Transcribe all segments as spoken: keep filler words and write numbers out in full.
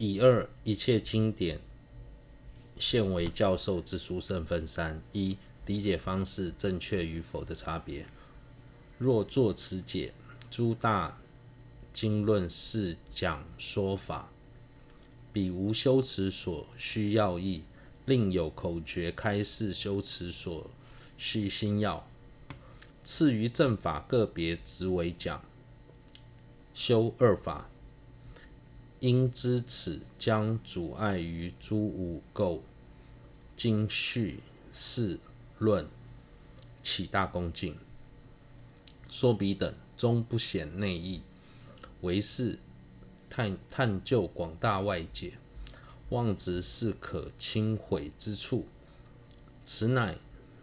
以二一切经典现为教授之殊胜分三：一、理解方式正确与否的差别。若作此解，诸大经论是讲说法，彼无修持所需要义，另有口诀开示修持所需心要。次于正法个别执为讲，修二法，因知此将阻碍于诸五垢经序释论，起大恭敬。说彼等终不显内意，唯是 探, 探究广大外界，妄执是可轻毁之处，此乃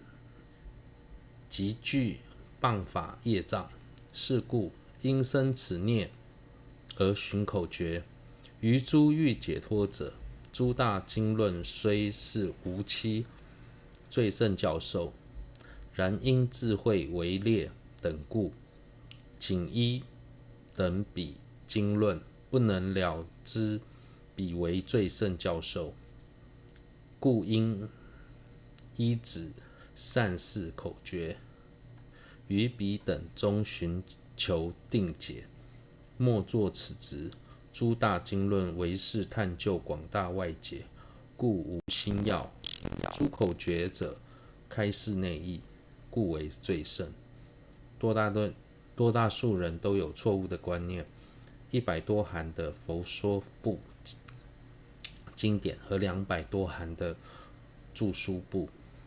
极具谤法业障。是故因生此念而寻口诀。于诸欲解脱者，诸大经论虽是无期最胜教授，然因智慧为劣等故，仅依等彼经论，不能了知彼为最胜教授，故应依止善事口诀，于彼等中寻求定解，莫作此执。诸大经论唯是探究广大外界，故无心要。诸口诀者，开示内意，故为最胜。多大多多大数人都有错误的观念。一百多函的佛说部经典和两百多函的著书部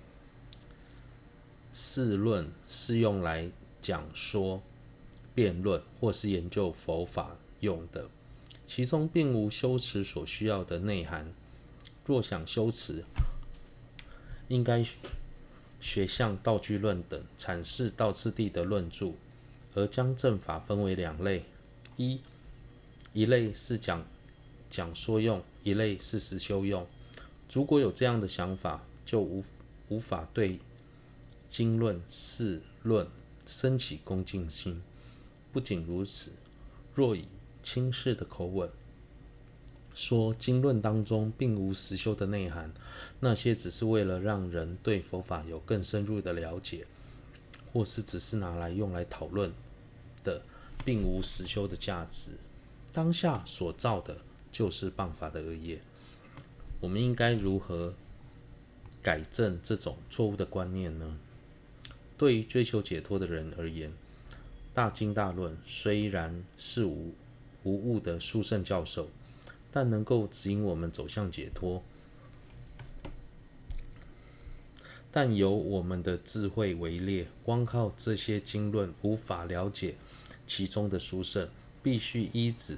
释论是用来讲说、辩论或是研究佛法用的，其中并无修持所需要的内涵。若想修持，应该学像道居论等阐释道次第的论著，而将正法分为两类：一一类是讲讲说用，一类是实修用。如果有这样的想法，就 无, 无法对经论、释论生起恭敬心。不仅如此，若以轻视的口吻说经论当中并无实修的内涵，那些只是为了让人对佛法有更深入的了解，或是只是拿来用来讨论的，并无实修的价值。当下所造的就是谤法的恶业。我们应该如何改正这种错误的观念呢？对于追求解脱的人而言，大经大论虽然是 无, 无误的殊胜教授，但能够指引我们走向解脱。但由我们的智慧为劣，光靠这些经论无法了解其中的殊胜，必须依止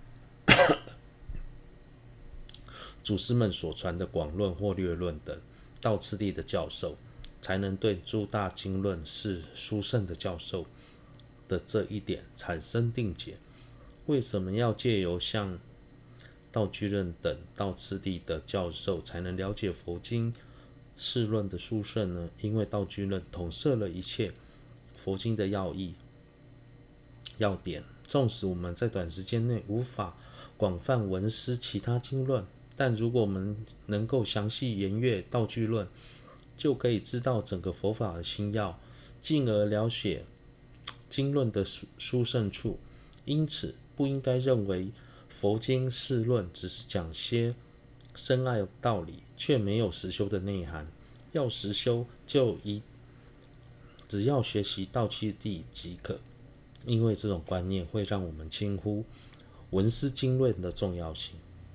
祖师们所传的广论或略论等道次第的教授，才能对诸大经论是殊胜的教授的这一点产生定解。为什么要借由像道居论等道次第的教授才能了解佛经释论的殊胜呢？因为道居论统摄了一切佛经的要义要点，纵使我们在短时间内无法广泛闻思其他经论，但如果我们能够详细研阅道居论，就可以知道整个佛法的心要，进而了解经论的殊胜处。因此不应该认为佛经释论只是讲些深奥道理，却没有实修的内涵。要实修，就一只要学习道次第即可，因为这种观念会让我们轻忽闻思经论的重要性。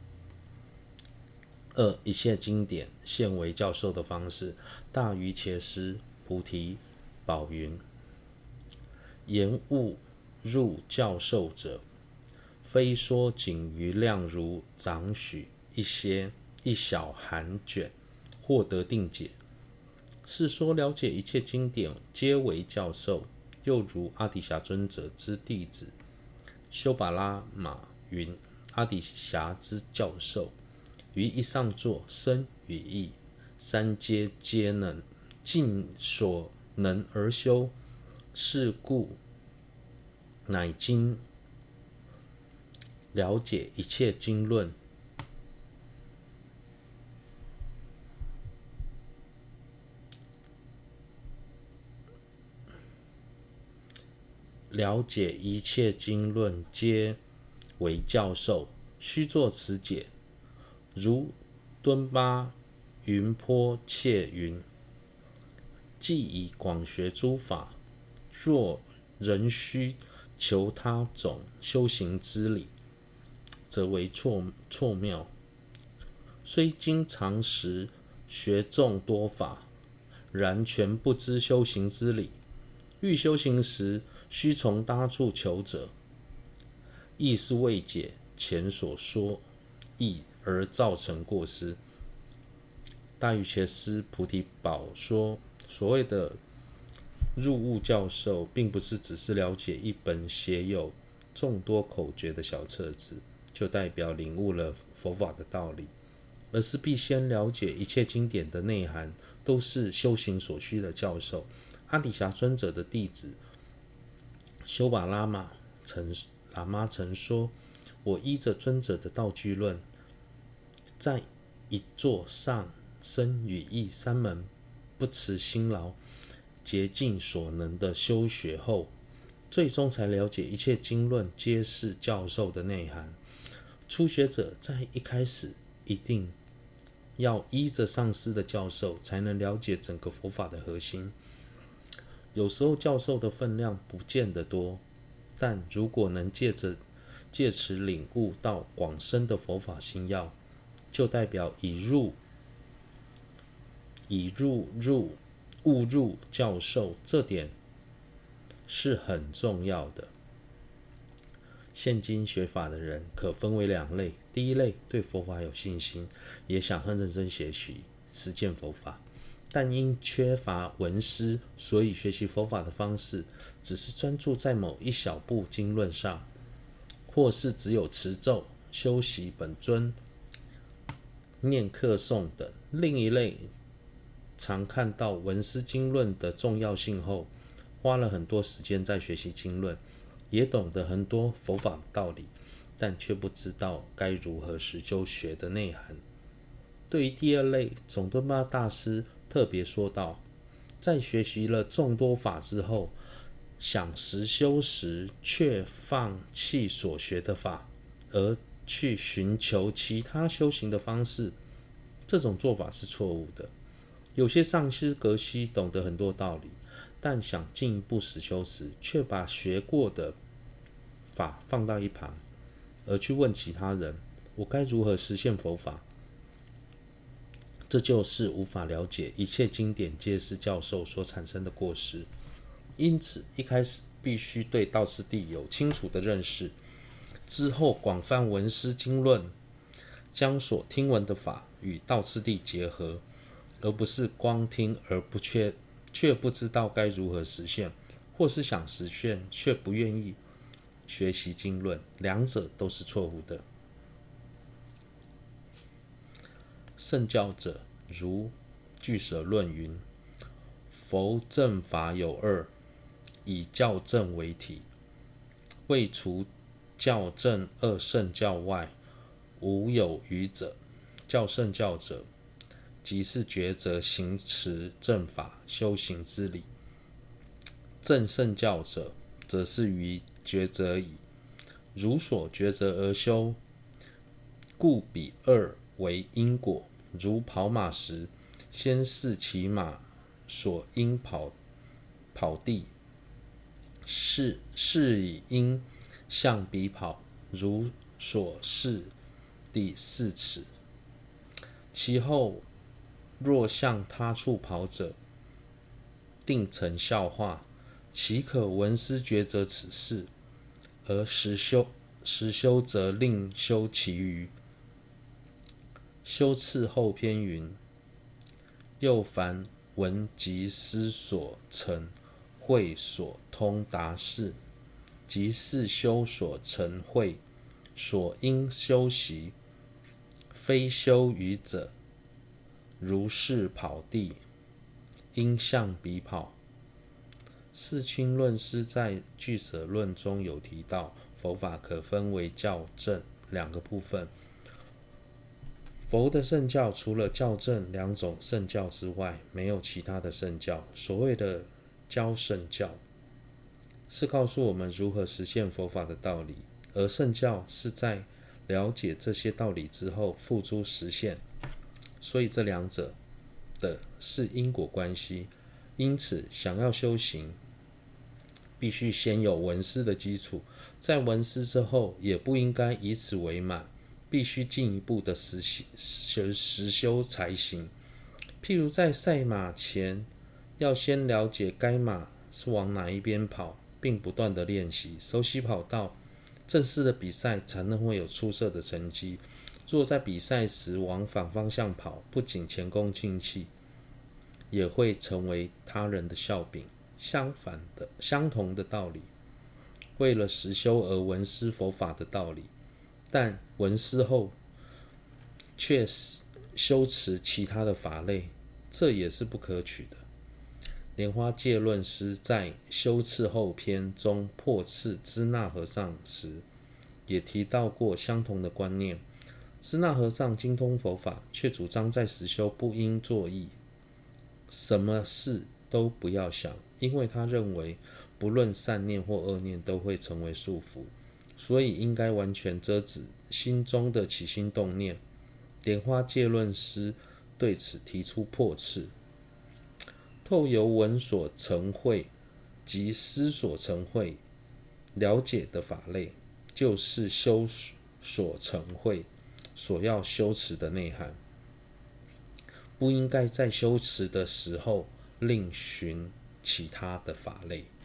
二、一切经典现为教授的方式。大瑜伽师菩提宝云：言误入教授者，非说仅于量如掌许一些一小函卷获得定解，是说了解一切经典皆为教授。又如阿底峡尊者之弟子修巴拉玛云：阿底峡之教授于一上座身与意三阶皆能尽所能而修，是故乃今了解一切经论了解一切经论皆为教授，须作此解。如敦巴云波切云：既以广学诸法，若仍须求他种修行之理，则为错错谬。虽经常时学众多法，然全不知修行之理。欲修行时，须从他处求者，亦是未解前所说义而造成过失。大瑜伽师菩提宝说，所谓的入悟教授，并不是只是了解一本写有众多口诀的小册子，就代表领悟了佛法的道理，而是必先了解一切经典的内涵，都是修行所需的教授。阿底峡尊者的弟子修巴拉玛曾喇嘛曾说：“我依着尊者的道具论，在一座上身语意三门不辞辛劳，竭尽所能的修学后，最终才了解一切经论皆是教授的内涵。初学者在一开始一定要依着上师的教授，才能了解整个佛法的核心。有时候教授的分量不见得多，但如果能借着借此领悟到广深的佛法心要，就代表已入已入入误入教授，这点是很重要的。现今学法的人可分为两类，第一类对佛法有信心，也想很认真学习实践佛法，但因缺乏闻思，所以学习佛法的方式只是专注在某一小部经论上，或是只有持咒、修习本尊、念课诵等。另一类常看到闻思经论的重要性后，花了很多时间在学习经论，也懂得很多佛法的道理，但却不知道该如何实修学的内涵。对于第二类，总敦巴大师特别说道，在学习了众多法之后，想实修时却放弃所学的法，而去寻求其他修行的方式，这种做法是错误的。有些上师格西懂得很多道理，但想进一步实修时，却把学过的法放到一旁，而去问其他人：“我该如何实现佛法？”这就是无法了解一切经典皆是教授所产生的过失。因此，一开始必须对道次第有清楚的认识，之后广泛闻思经论，将所听闻的法与道次第结合，而不是光听而不却却不知道该如何实现，或是想实现却不愿意学习经论，两者都是错误的。圣教者如俱舍论云：佛正法有二，以教正为体，未除教正二圣教外，无有余者。教圣教者，即是抉择行持正法修行之理；正圣教者，则是于抉择矣。如所抉择而修，故彼二为因果。如跑马时，先是其马所应跑跑地，是是以因向彼跑，如所示第四尺。其后若向他处跑者，定成笑话，岂可闻思抉择此事，而实修实修则另修其余。修次后篇云：又凡闻及思所成慧所通达事，即是修所成慧所应修习，非修余者，如是跑地，应向彼跑。释清论师在俱舍论中有提到，佛法可分为教正两个部分。佛的圣教除了教正两种圣教之外，没有其他的圣教。所谓的教圣教， 是告诉我们如何实现佛法的道理，而圣教是在了解这些道理之后付诸实现。所以这两者的是因果关系，因此想要修行，必须先有闻思的基础，在闻思之后，也不应该以此为满，必须进一步的实修实修才行。譬如在赛马前，要先了解该马是往哪一边跑，并不断的练习，熟悉跑道，正式的比赛才能会有出色的成绩。若在比赛时往反方向跑，不仅前功尽弃，也会成为他人的笑柄。相反的，相同的道理，为了实修而闻思佛法的道理，但闻思后却修持其他的法类，这也是不可取的。莲花戒论师在修次后篇中破斥支那和尚时，也提到过相同的观念。支那和尚精通佛法，却主张在实修不应作意，什么事都不要想，因为他认为不论善念或恶念都会成为束缚，所以应该完全遮止心中的起心动念。莲花戒论师对此提出破斥，透由闻所成慧及思所成慧了解的法类，就是修所成慧所要修持的内涵，不应该在修持的时候另寻其他的法类。